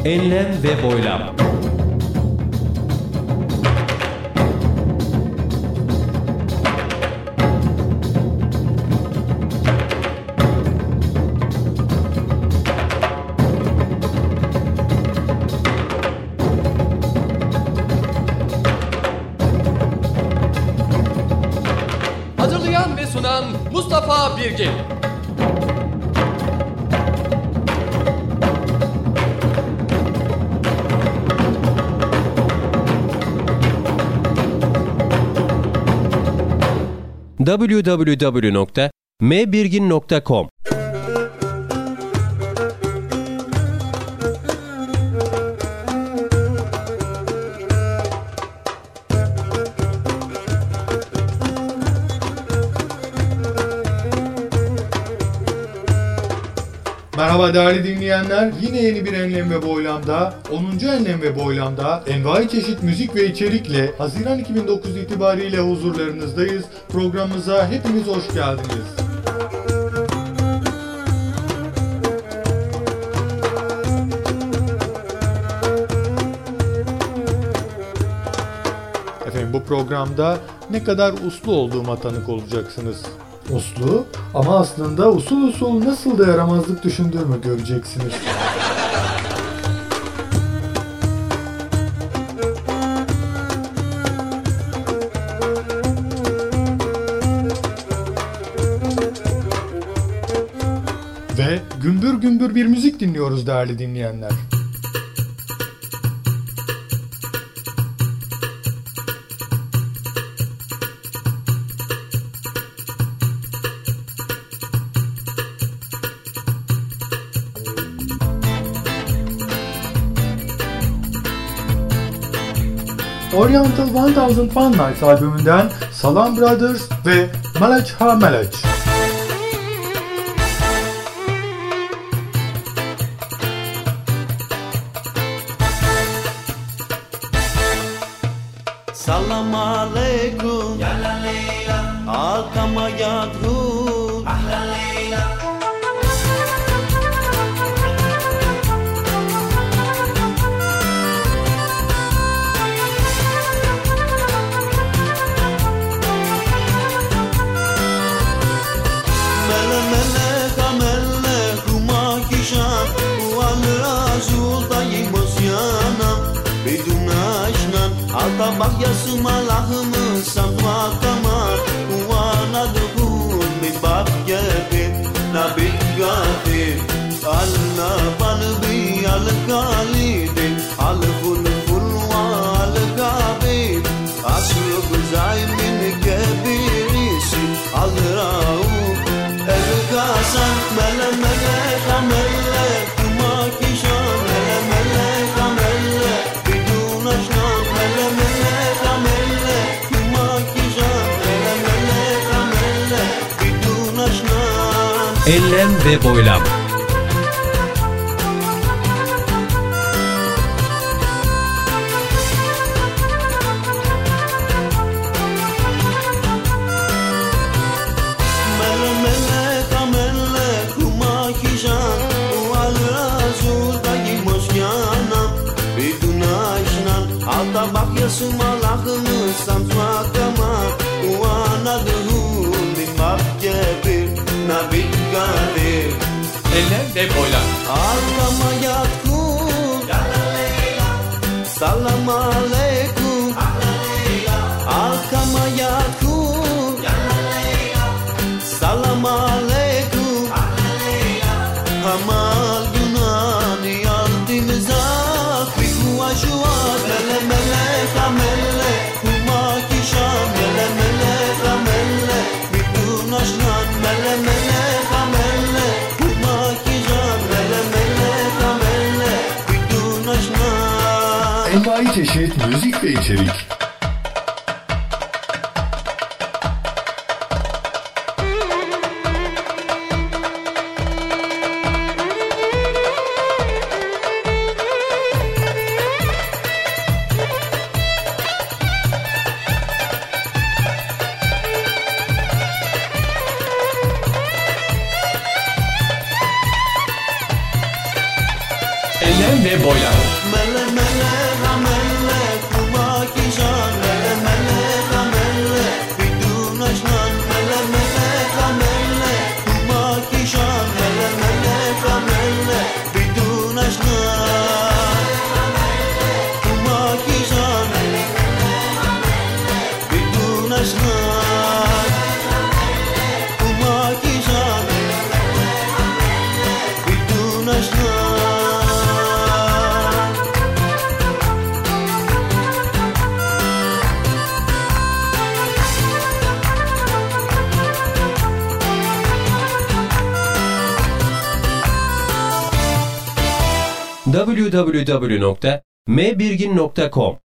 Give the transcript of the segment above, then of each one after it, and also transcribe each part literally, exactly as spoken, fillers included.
Enlem ve boylam. Hazırlayan ve sunan Mustafa Birgin. double-u double-u double-u nokta m birgin nokta com Merhaba değerli dinleyenler, yine yeni bir Enlem ve Boylam'da, onuncu Enlem ve Boylam'da envai çeşit müzik ve içerikle Haziran iki bin dokuz itibariyle huzurlarınızdayız. Programımıza hepiniz hoş geldiniz. Efendim bu programda ne kadar uslu olduğuma tanık olacaksınız. Uslu ama aslında usul usul nasıl da yaramazlık düşündüğümü göreceksiniz. Ve gümbür gümbür bir müzik dinliyoruz değerli dinleyenler. Oriental bin One Nights albümünden Salam Brothers ve Melech Ha Melech. Salam alaikum ya la leila akama yadhu ahla leila mele mele kamelle kuma kishan wal azul tayyibos yana bidun ashnan Al-tabak yasmalahımı samwa kamar Wana duhun min bab yabit Nabit gafir Al-naban bi al-kalidin Al-fulful wa al-gabir Aslu guzay min kebirisi Al-rauf El-gasan Mele mele kamelle Kuma kishan Mele mele kamelle Bidun ashnan Mele mele kamelle Kuma kishan Mele mele kamelle Bidun ashnan Enlem ve boylam. Mele mele kamelle Kuma kishan Wal razul tayyibos yana Bidun ashnan Al-tabak yasmalahımı samwa kamar Wana duhun min bab yabir Nabit gafir Enlem ve boylam. Allama yatkun ya la leila Salam alaikum ahla leila Alkama yatkun ya la leila Salam alaikum ahla leila Hamal Yunani yaldimiza Fiku aşuat Mele mele kamelle Kuma kişan Mele mele kamelle Bidun aşnan Mele mele kamelle Kuma kişan Mele mele kamelle Bidun aşnan Envai çeşit müzik ve içerik. Enlem ve boylam. Mele mele ramelle kumaki jan mele mele ramelle bidun aşnan mele mele ramelle kumaki jan mele mele ramelle bidun aşnan kumaki jan bidun aşnan kumaki jan bidun aşnan. double-u double-u double-u nokta m birgin nokta com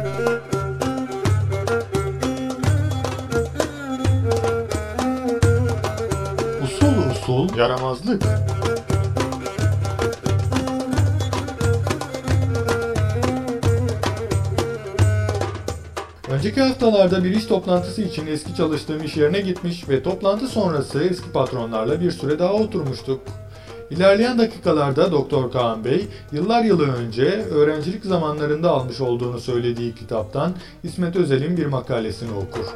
Usul usul yaramazlık. Önceki haftalarda bir iş toplantısı için eski çalıştığım iş yerine gitmiş ve toplantı sonrası eski patronlarla bir süre daha oturmuştuk. İlerleyen dakikalarda Doktor Kaan Bey, yıllar yılı önce öğrencilik zamanlarında almış olduğunu söylediği kitaptan İsmet Özel'in bir makalesini okur.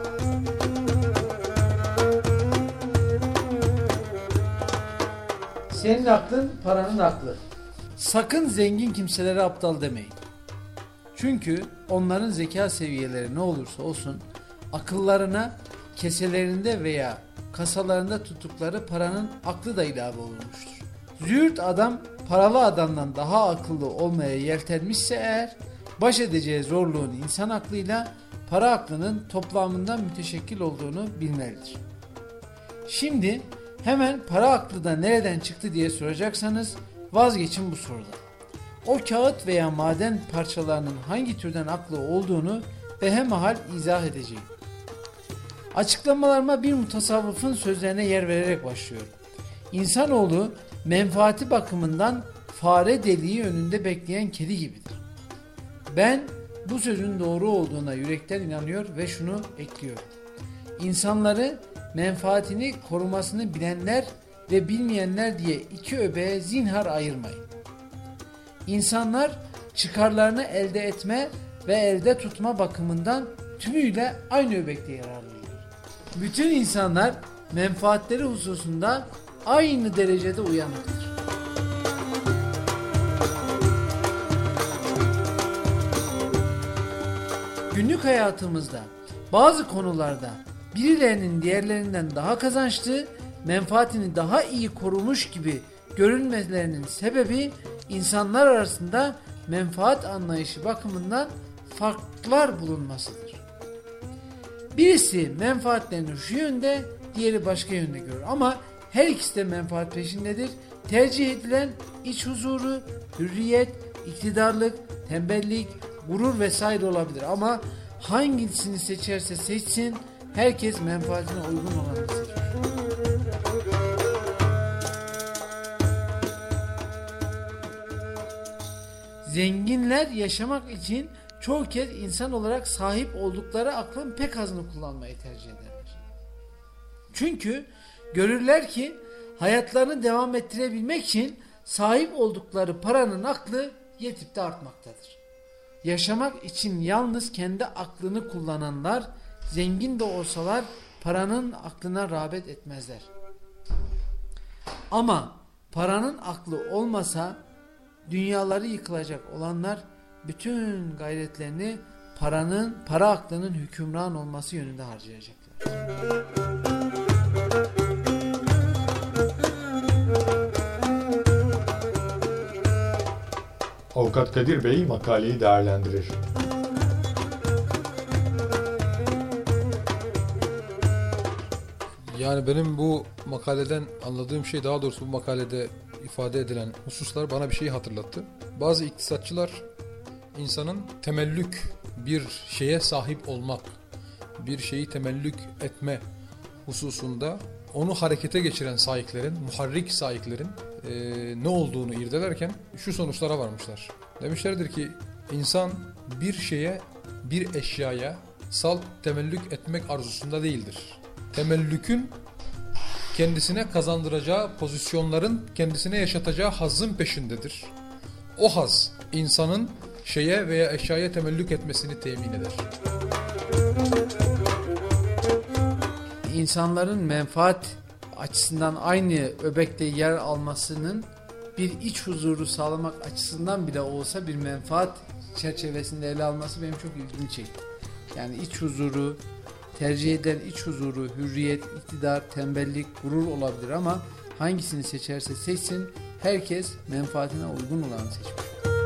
Senin aklın paranın aklı. Sakın zengin kimselere aptal demeyin. Çünkü onların zeka seviyeleri ne olursa olsun akıllarına keselerinde veya kasalarında tuttukları paranın aklı da ilave olunmuştur. Züğürt adam paralı adamdan daha akıllı olmaya yeltenmişse eğer baş edeceği zorluğun insan aklıyla para aklının toplamından müteşekkil olduğunu bilmelidir. Şimdi hemen para aklı da nereden çıktı diye soracaksanız vazgeçin bu sorudan. O kağıt veya maden parçalarının hangi türden aklı olduğunu behemahal izah edeceğim. Açıklamalarıma bir mutasavvıfın sözlerine yer vererek başlıyorum. İnsanoğlu menfaati bakımından fare deliği önünde bekleyen kedi gibidir. Ben bu sözün doğru olduğuna yürekten inanıyor ve şunu ekliyorum. İnsanları menfaatini korumasını bilenler ve bilmeyenler diye iki öbeğe zinhar ayırmayın. İnsanlar çıkarlarını elde etme ve elde tutma bakımından tümüyle aynı öbekte yer alıyorlar. Bütün insanlar menfaatleri hususunda aynı derecede uyanıktır. Günlük hayatımızda bazı konularda birilerinin diğerlerinden daha kazançlı, menfaatini daha iyi korumuş gibi görünmelerinin sebebi insanlar arasında menfaat anlayışı bakımından farklar bulunmasıdır. Birisi menfaatlerini şu yönde, diğeri başka yönde görür ama her ikisi de menfaat peşindedir. Tercih edilen iç huzuru, hürriyet, iktidarlık, tembellik, gurur vesaire olabilir ama hangisini seçerse seçsin herkes menfaatine uygun olanı seçer. Zenginler yaşamak için çoğu kez insan olarak sahip oldukları aklın pek azını kullanmayı tercih ederler. Çünkü görürler ki hayatlarını devam ettirebilmek için sahip oldukları paranın aklı yetip de artmaktadır. Yaşamak için yalnız kendi aklını kullananlar zengin de olsalar paranın aklına rağbet etmezler. Ama paranın aklı olmasa dünyaları yıkılacak olanlar bütün gayretlerini paranın, para aklının hükümran olması yönünde harcayacaklar. Avukat Kadir Bey makaleyi değerlendirir. Yani benim bu makaleden anladığım şey, daha doğrusu bu makalede ifade edilen hususlar bana bir şeyi hatırlattı. Bazı iktisatçılar insanın temellük, bir şeye sahip olmak, bir şeyi temellük etme hususunda onu harekete geçiren sahiplerin, muharrik sahiplerin e, ne olduğunu irdelerken şu sonuçlara varmışlar. Demişlerdir ki insan bir şeye, bir eşyaya salt temellük etmek arzusunda değildir. Temellükün kendisine kazandıracağı pozisyonların kendisine yaşatacağı hazzın peşindedir. o haz insanın şeye veya eşyaya temellük etmesini temin eder. İnsanların menfaat açısından aynı öbekte yer almasının bir iç huzuru sağlamak açısından bile olsa bir menfaat çerçevesinde ele alması benim çok ilgimi çekti. Yani iç huzuru, tercih edilen iç huzuru, hürriyet, iktidar, tembellik, gurur olabilir ama hangisini seçerse seçsin herkes menfaatine uygun olanı seçmiş.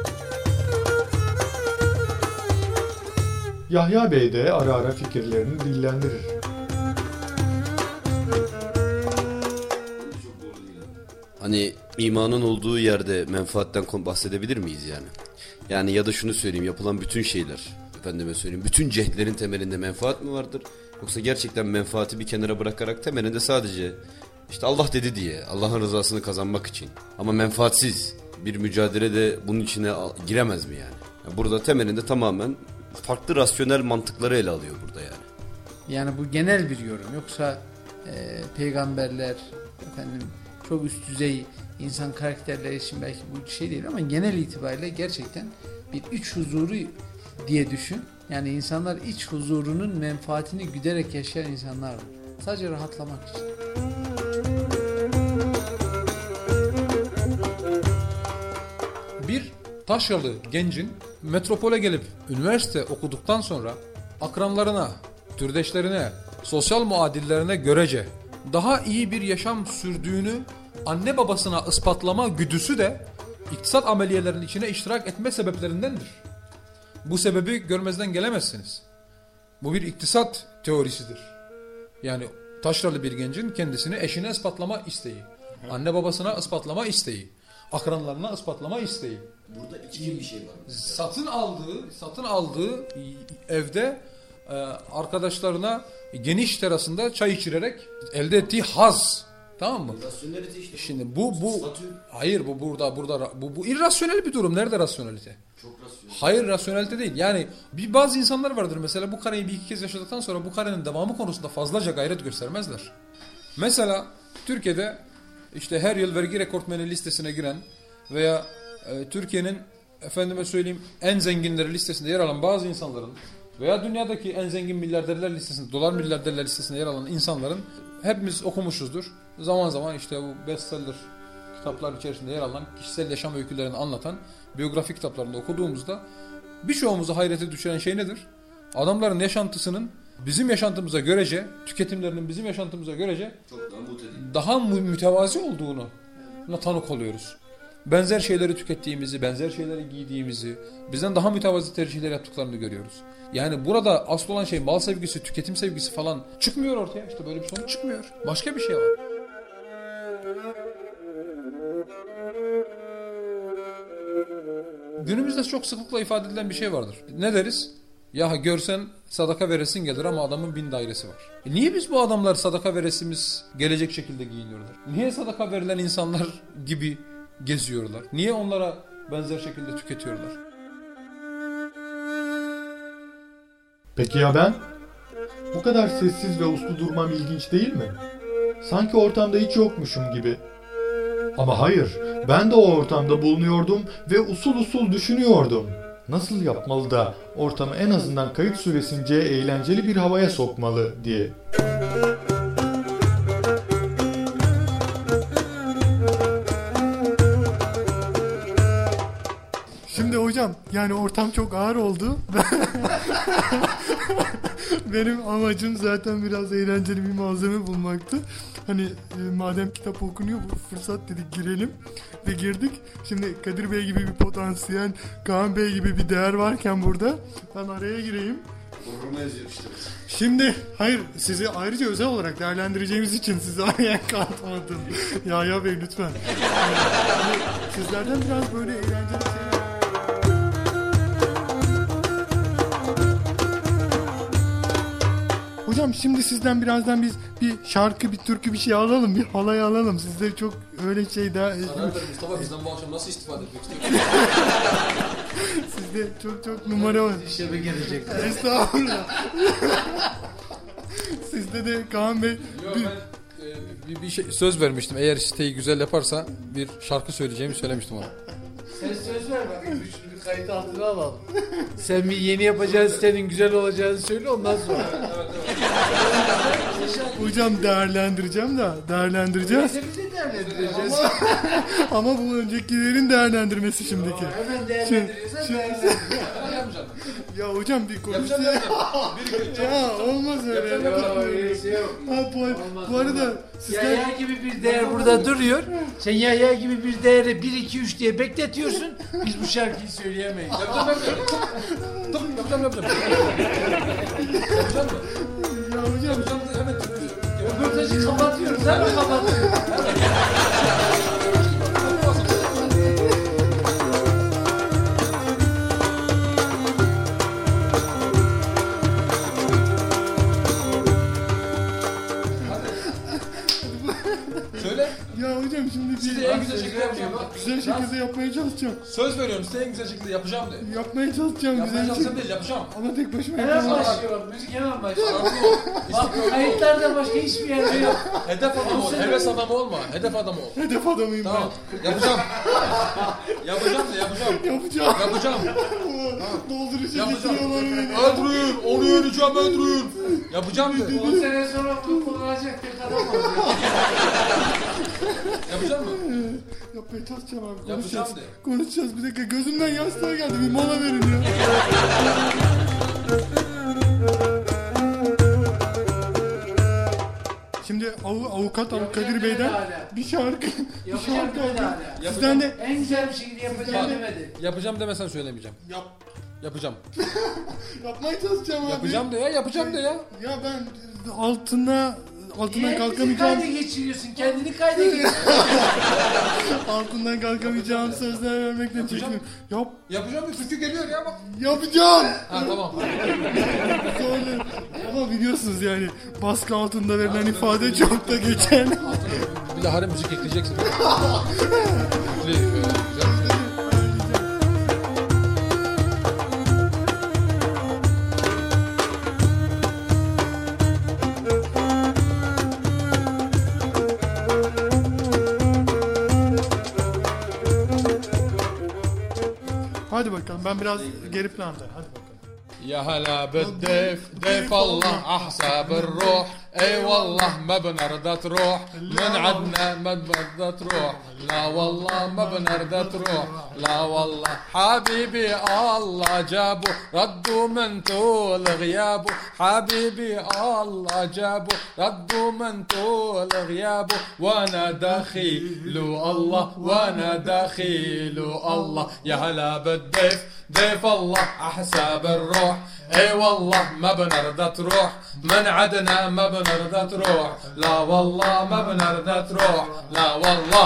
Yahya Bey de ara ara fikirlerini dillendirir. Hani imanın olduğu yerde menfaatten bahsedebilir miyiz yani? Yani ya da şunu söyleyeyim, yapılan bütün şeyler, efendime söyleyeyim, bütün cehdlerin temelinde menfaat mi vardır? Yoksa gerçekten menfaati bir kenara bırakarak temelinde sadece işte Allah dedi diye, Allah'ın rızasını kazanmak için. Ama menfaatsiz bir mücadele de bunun içine giremez mi yani? Yani burada temelinde tamamen farklı rasyonel mantıkları ele alıyor burada yani. Yani bu genel bir yorum. Yoksa e, peygamberler, efendim çok üst düzey insan karakterleri için belki bu şey değil ama genel itibariyle gerçekten bir iç huzuru diye düşün. Yani insanlar iç huzurunun menfaatini güderek yaşayan insanlar. Sadece rahatlamak için. Bir Taşralı gencin metropole gelip üniversite okuduktan sonra akranlarına, türdeşlerine, sosyal muadillerine görece daha iyi bir yaşam sürdüğünü anne babasına ispatlama güdüsü de iktisat ameliyelerinin içine iştirak etme sebeplerindendir. Bu sebebi görmezden gelemezsiniz. Bu bir iktisat teorisidir. Yani taşralı bir gencin kendisini eşine ispatlama isteği, anne babasına ispatlama isteği, akranlarına ispatlama isteği. Burada iki bir şey var. Satın aldığı, satın aldığı evde e, arkadaşlarına geniş terasında çay içirerek elde ettiği haz, tamam mı? Rasyonelite işte. Şimdi bu bu hayır bu burada burada bu bu irrasyonel bir durum. Nerede rasyonelite? Çok rasyonel. Hayır, rasyonelite değil. Yani bir bazı insanlar vardır mesela bu kareyi bir iki kez yaşadıktan sonra bu karenin devamı konusunda fazlaca gayret göstermezler. Mesela Türkiye'de işte her yıl vergi rekortmeni listesine giren veya e, Türkiye'nin efendime söyleyeyim en zenginleri listesinde yer alan bazı insanların veya dünyadaki en zengin milyarderler listesinde, dolar milyarderler listesinde yer alan insanların hepimiz okumuşuzdur. Zaman zaman işte bu bestseller kitaplar içerisinde yer alan kişisel yaşam öykülerini anlatan biyografi kitaplarında okuduğumuzda birçoğumuzu hayrete düşüren şey nedir? Adamların yaşantısının bizim yaşantımıza görece, tüketimlerinin bizim yaşantımıza görece çok daha, daha mütevazi olduğunu tanık oluyoruz. Benzer şeyleri tükettiğimizi, benzer şeyleri giydiğimizi, bizden daha mütevazi tercihler yaptıklarını görüyoruz. Yani burada asıl olan şey mal sevgisi, tüketim sevgisi falan çıkmıyor ortaya. İşte böyle bir sonuç çıkmıyor. Başka bir şey var. Günümüzde çok sıklıkla ifade edilen bir şey vardır. Ne deriz? Ya görsen sadaka veresin gelir ama adamın bin dairesi var. E niye biz bu adamlar sadaka veresimiz gelecek şekilde giyiniyorlar? Niye sadaka verilen insanlar gibi geziyorlar? Niye onlara benzer şekilde tüketiyorlar? Peki ya ben? Bu kadar sessiz ve uslu durmam ilginç değil mi? Sanki ortamda hiç yokmuşum gibi. Ama hayır, ben de o ortamda bulunuyordum ve usul usul düşünüyordum. Nasıl yapmalı da ortamı en azından kayıt süresince eğlenceli bir havaya sokmalı diye. Şimdi hocam, yani ortam çok ağır oldu. Benim amacım zaten biraz eğlenceli bir malzeme bulmaktı. Hani e, madem kitap okunuyor, bu fırsat dedik girelim ve girdik. Şimdi Kadir Bey gibi bir potansiyel, Kaan Bey gibi bir değer varken burada ben araya gireyim. Şimdi hayır, sizi ayrıca özel olarak değerlendireceğimiz için sizi araya katmadım. ya ya Bey lütfen. Yani, sizlerden biraz böyle eğlenceli şeyler. Hocam şimdi sizden birazdan biz bir şarkı, bir türkü bir şey alalım, bir halay alalım. Sizleri çok öyle şey daha... Mustafa bizden bu akşam nasıl istifade etmek istiyorsun? Sizde çok çok numara var. İşe bir gelecek. Estağfurullah. Sizde de Kaan Bey... Yok bir... ben e, bir, bir şey, söz vermiştim. Eğer siteyi güzel yaparsa bir şarkı söyleyeceğimi söylemiştim ona. Sen söz ver bakayım. Şunu bir kayıt altına alalım. Sen bir yeni yapacağın sitenin güzel olacağını söyle ondan sonra. Hocam değerlendireceğim de değerlendireceğiz. Biz de değerlendireceğiz. Ama bu öncekilerin değerlendirmesi şimdiki. Hemen değerlendireceğiz. Değerlendireceğiz. Ya hocam bir konuşsa. Yapacağım yapacağım. Bir iki üç. Ya olmaz öyle. Yapacağım, Öyle şey yok. Ha, bu, bu arada sizler Yaya gibi bir değer burada duruyor. Sen yaya gibi bir değeri bir iki üç diye bekletiyorsun. Biz bu şarkıyı söyleyemeyiz. Yapacağım yapacağım. Tamam yapacağım yapacağım. Yapacağım mı? ya hocam Yapacağım da hemen çıkıyor. Röportajı kapatıyoruz. Hemen kapatıyoruz. Söyle. ya hocam şimdi Size bir en güzel şekilde yapacağım. güzel şekilde yapmaya çalışacağım. Söz veriyorum size en güzel şekilde yapacağım de. Yapmaya çalışacağım Yapmaya güzel çalışsam şekilde. değil yapacağım. Ama tek başıma Hemen yapamam. başlıyor. Müzik hemen başlıyor. Bak kayıtlarda başka hiçbir yerde yok. Hedef adamı ol. Heves adamı olma. Hedef adamı ol. Hedef adamıyım Tamam. Yapacağım. Yapacağım da yapacağım. ben. Yapacağım. Yapacağım. Doldurucu Yapacağım. getiriyorlar beni. Öldürün. Onu yeneceğim öldürün. Yapacağım de. on sene sonra bunu kullanacak tek adam olacak. Yapacağım mı? Yapmaya çalışacağım abi. Yapacağım Konuşacağız. de. Konuşacağız. Bir dakika gözümden yaşlar geldi. Bir mola verin ya. Şimdi av, avukat Av- Kadir Bey'den bir şarkı. Bir Yapacağım şarkı demedi aldım. hala. Sizden de En güzel bir şekilde yapacağım demedi. Yapacağım demesen söylemeyeceğim. yap, Yapacağım. yapmaya çalışacağım abi. Yapacağım de ya. Yapacağım de ya. Ya ben altına altından Niye bizi kalkamayacağım. kayda geçiriyorsun? Kendini kayda geçiriyorsun. Altından kalkamayacağım sözler vermekten çekiniyorum. Yap, Yapacağım de. Türkü geliyor ya bak. yapacağım. Ha tamam. Sonra, ama biliyorsunuz yani baskı altında verilen ifade çok da geçen. Bir de harem müzik ekleyeceksin. Öyle, öyle güzel. Hadi bakalım ben biraz geri planda. Hadi bakalım. يا هلا بالضيف ضيف الله احسب الروح اي والله ما بنرضى تروح من عدنا ما بنرضى تروح لا والله ما بنرضى تروح لا والله حبيبي الله جابه ردوا من طول غيابه حبيبي الله جابه ردوا من طول غيابه وانا دخيل الله وانا دخيل الله يا هلا بالضيف ضيف الله احسب الروح اي والله ما بنرضى تروح من عدنا ما بنرضى تروح لا والله ما بنرضى تروح لا والله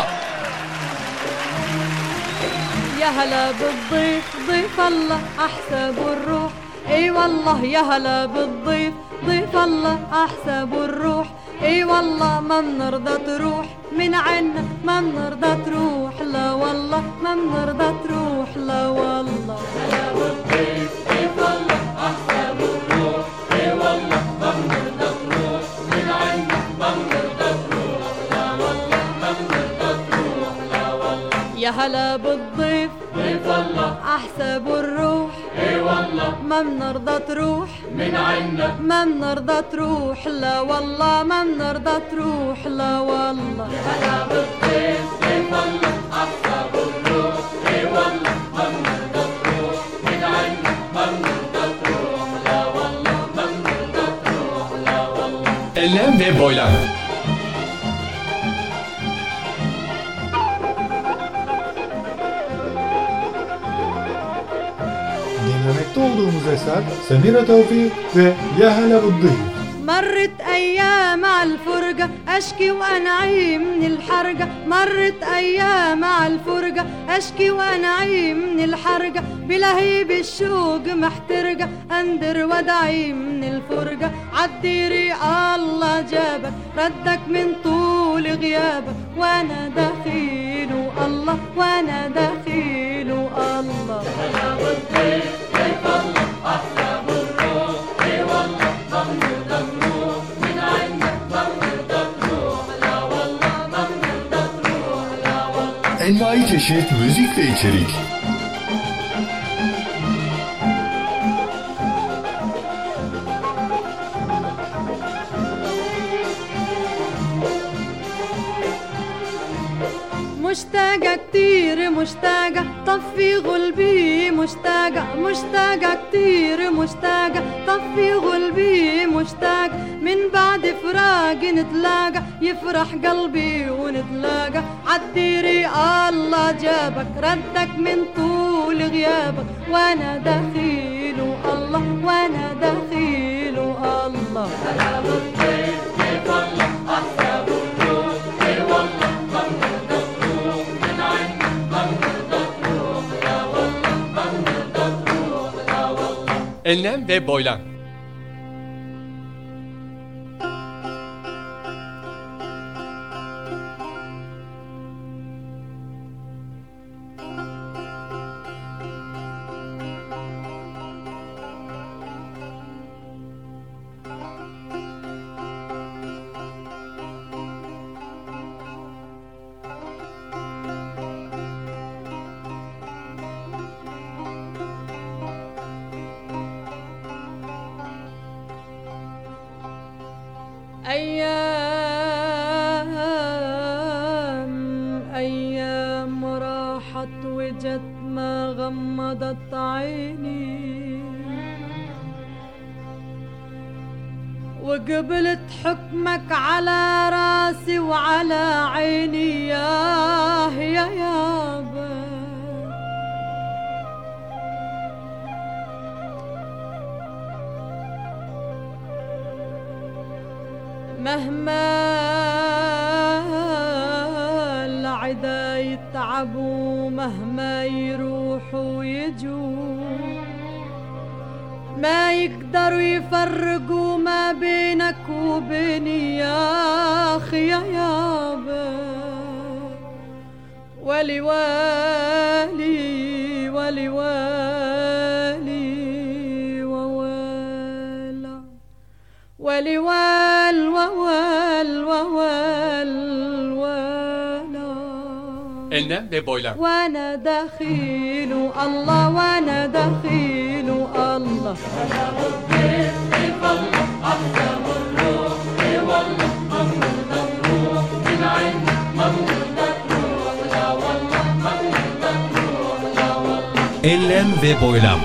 يا هلا بالضيف ضيف الله احسب الروح اي والله يا هلا بالضيف ضيف الله احسب الروح اي والله ما بنرضى تروح من عنا ما بنرضى تروح لا والله ما بنرضى تروح لا والله هلا بالضيف ضيف الله احسب الروح اي والله ما بنرضى تروح من عنا ما بنرضى تروح لا والله ما بنرضى تروح لا والله يا هلا بالضيف ضيف الله احسب الروح اي والله ما بنرضى تروح من عنا ما بنرضى تروح لا والله ما بنرضى تروح لا والله يا هلا بالضيف ضيف الله احسب الروح اي والله ما بنرضى تروح من عنا ما بنرضى تروح لا والله ما بنرضى تروح لا والله. Enlem ve boylam. Dinlemekte olduğumuz eser Semira Tevfik ve Ya Hala Buddayı. مرت أيام على الفرقة أشكي وأنعي من الحرقة مرت أيام على الفرقة أشكي وأنعي من الحرقة بلهيب الشوق محترقة أندر ودعي من الفرقة عالديري الله جابك ردك من طول غيابك وأنا دخيل الله وأنا دخيل الله هلا بالضيف ضيف الله أحلى بالروح إي والله ممنوع تروح من عندك ممنوع تروح لا والله ممنوع تروح لا والله. Envai çeşit müzik ve içerik. مشتاقة كتير مشتاقة طفي قلبي مشتاقة مشتاقة كتير مشتاقة طفي قلبي مشتاق من بعد فراق نتلاقى يفرح قلبي ونتلاقى عالديري الله جابك ردك من طول غيابك وانا دخيل الله وانا دخيل الله هلا بالطير كيف الله احسب الروح اي والله ممنون الروح من عين ممنون الروح لا والله ممنون الروح لا والله. Enlem ve boylan. أيام أيام راحت وجت ما غمضت عيني وقبلت حكمك على راسي وعلى عيني ياه يا يابا مهما العدا يتعبوا مهما يروحوا يجوا ما يقدروا يفرقوا ما بينك وبيني يا أخي يا يابا ولي والي ولي والي ووالا ولي وال ووال ووال ولا. Enlem ve boylan. وانا دخيل الله وانا دخيل الله هلا بالطير كيف الله احسب الروح اي والله ممنون الروح من عين ممنون الروح لا والله ممنون الروح لا والله. Enlem ve boylam.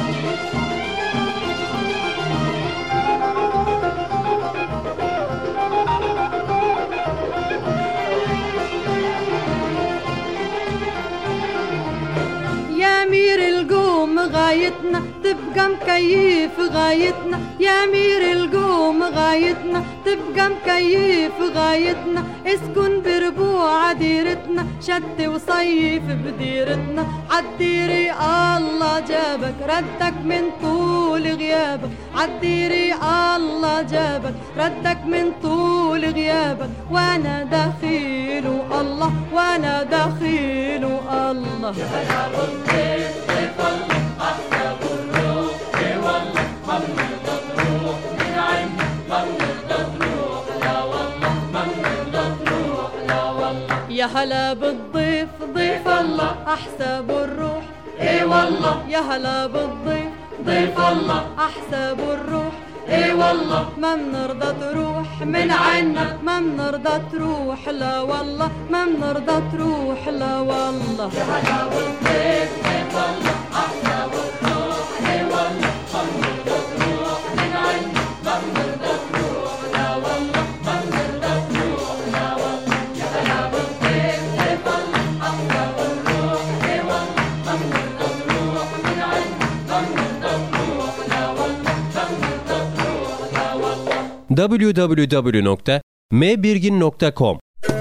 غايتنا تبقى مكيف غايتنا يا أمير القوم غايتنا تبقى مكيف غايتنا اسكن بربوع ديرتنا شت وصيف بديرتنا عالديري الله جابك ردك من طول غيابك عالديري الله جابك ردك من طول غيابك وانا دخيل الله وانا دخيل الله يا هلا بالطير كيف الله احسب الروح اي والله ممنون الروح من عين ممنون الروح لا والله ممنون الروح لا والله. يا هلا بالضيف ضيف الله احسب الروح اي والله يا هلا بالضيف ضيف الله احسب الروح اي والله ما بنرضى تروح من عنا ما بنرضى تروح لا والله ما بنرضى تروح لا والله. يا هلا بالضيف ضيف الله احسب الروح اي والله ما بنرضى تروح من عنا ما بنرضى تروح لا والله ما بنرضى تروح لا والله. يا هلا بالضيف ضيف الله احسب الروح اي والله ما بنرضى تروح من عنا ما بنرضى تروح لا والله ما بنرضى تروح لا والله. double-u double-u double-u nokta m birgin nokta com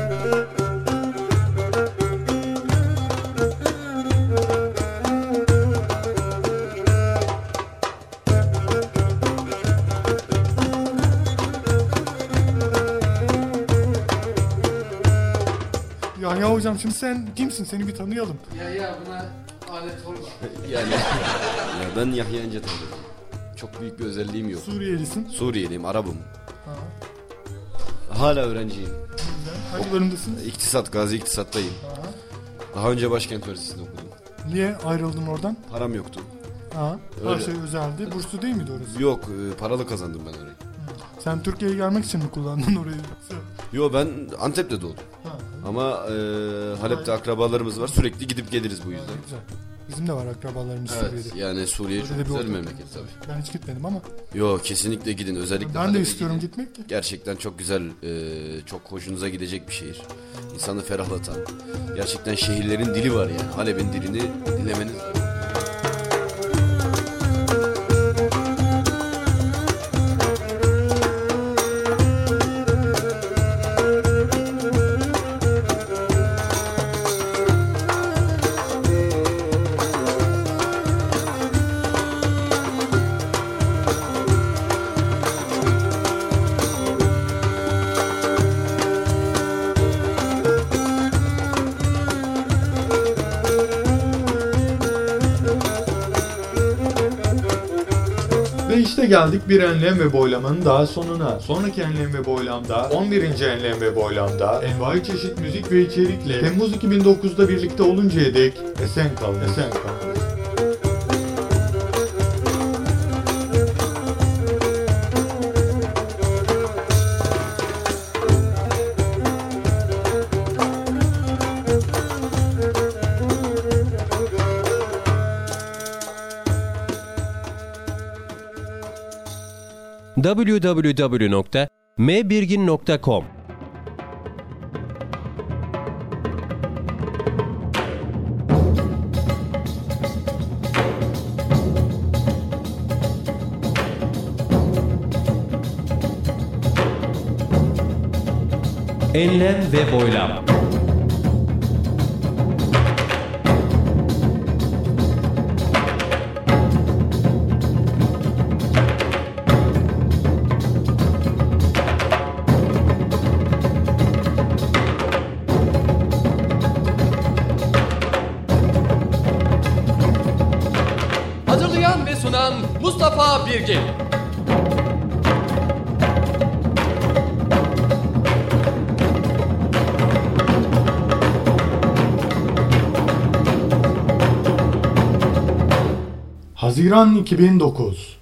Ya ya hocam şimdi sen kimsin? Seni bir tanıyalım. Ya ya buna alet olma. Yani ya ben Yahya İnce tanıyorum. Çok büyük bir özelliğim yok. Suriyelisin. Suriyeliyim, Arabım. Ha. Hala öğrenciyim. Güzel. Hangi bölümdesin? İktisat, Gazi İktisat'tayım. Ha. Daha önce Başkent Üniversitesi'nde okudum. Niye ayrıldın oradan? Param yoktu. Ha. Her Öyle. şey özeldi. Burslu değil miydi orası? Yok, e, paralı kazandım ben orayı. Sen Türkiye'ye gelmek için mi kullandın orayı? Yo, ben Antep'te doğdum. Ha. Ama e, Halep'te akrabalarımız var. Sürekli gidip geliriz bu yüzden. Güzel. Bizim de var akrabalarımız Evet, Suriye'de. yani Suriye çok Öyle bir güzel bir ortam. memleket tabii. Ben hiç gitmedim ama. Yo, kesinlikle gidin, özellikle Ben Halep'e de istiyorum gidin. gitmek de. Gerçekten çok güzel, e, çok hoşunuza gidecek bir şehir. İnsanı ferahlatan. Gerçekten şehirlerin dili var yani. Halep'in dilini dinlemeniz lazım. Ve işte geldik bir enlem ve boylamanın daha sonuna. Sonraki enlem ve boylamda, on birinci enlem ve boylamda envai çeşit müzik ve içerikle Temmuz iki bin dokuzda birlikte oluncaya dek esen kalın, esen kalın. double-u double-u double-u nokta m birgin nokta com Enlem ve boylam. Hazırlayan ve sunan Mustafa Birgin. Haziran iki bin dokuz.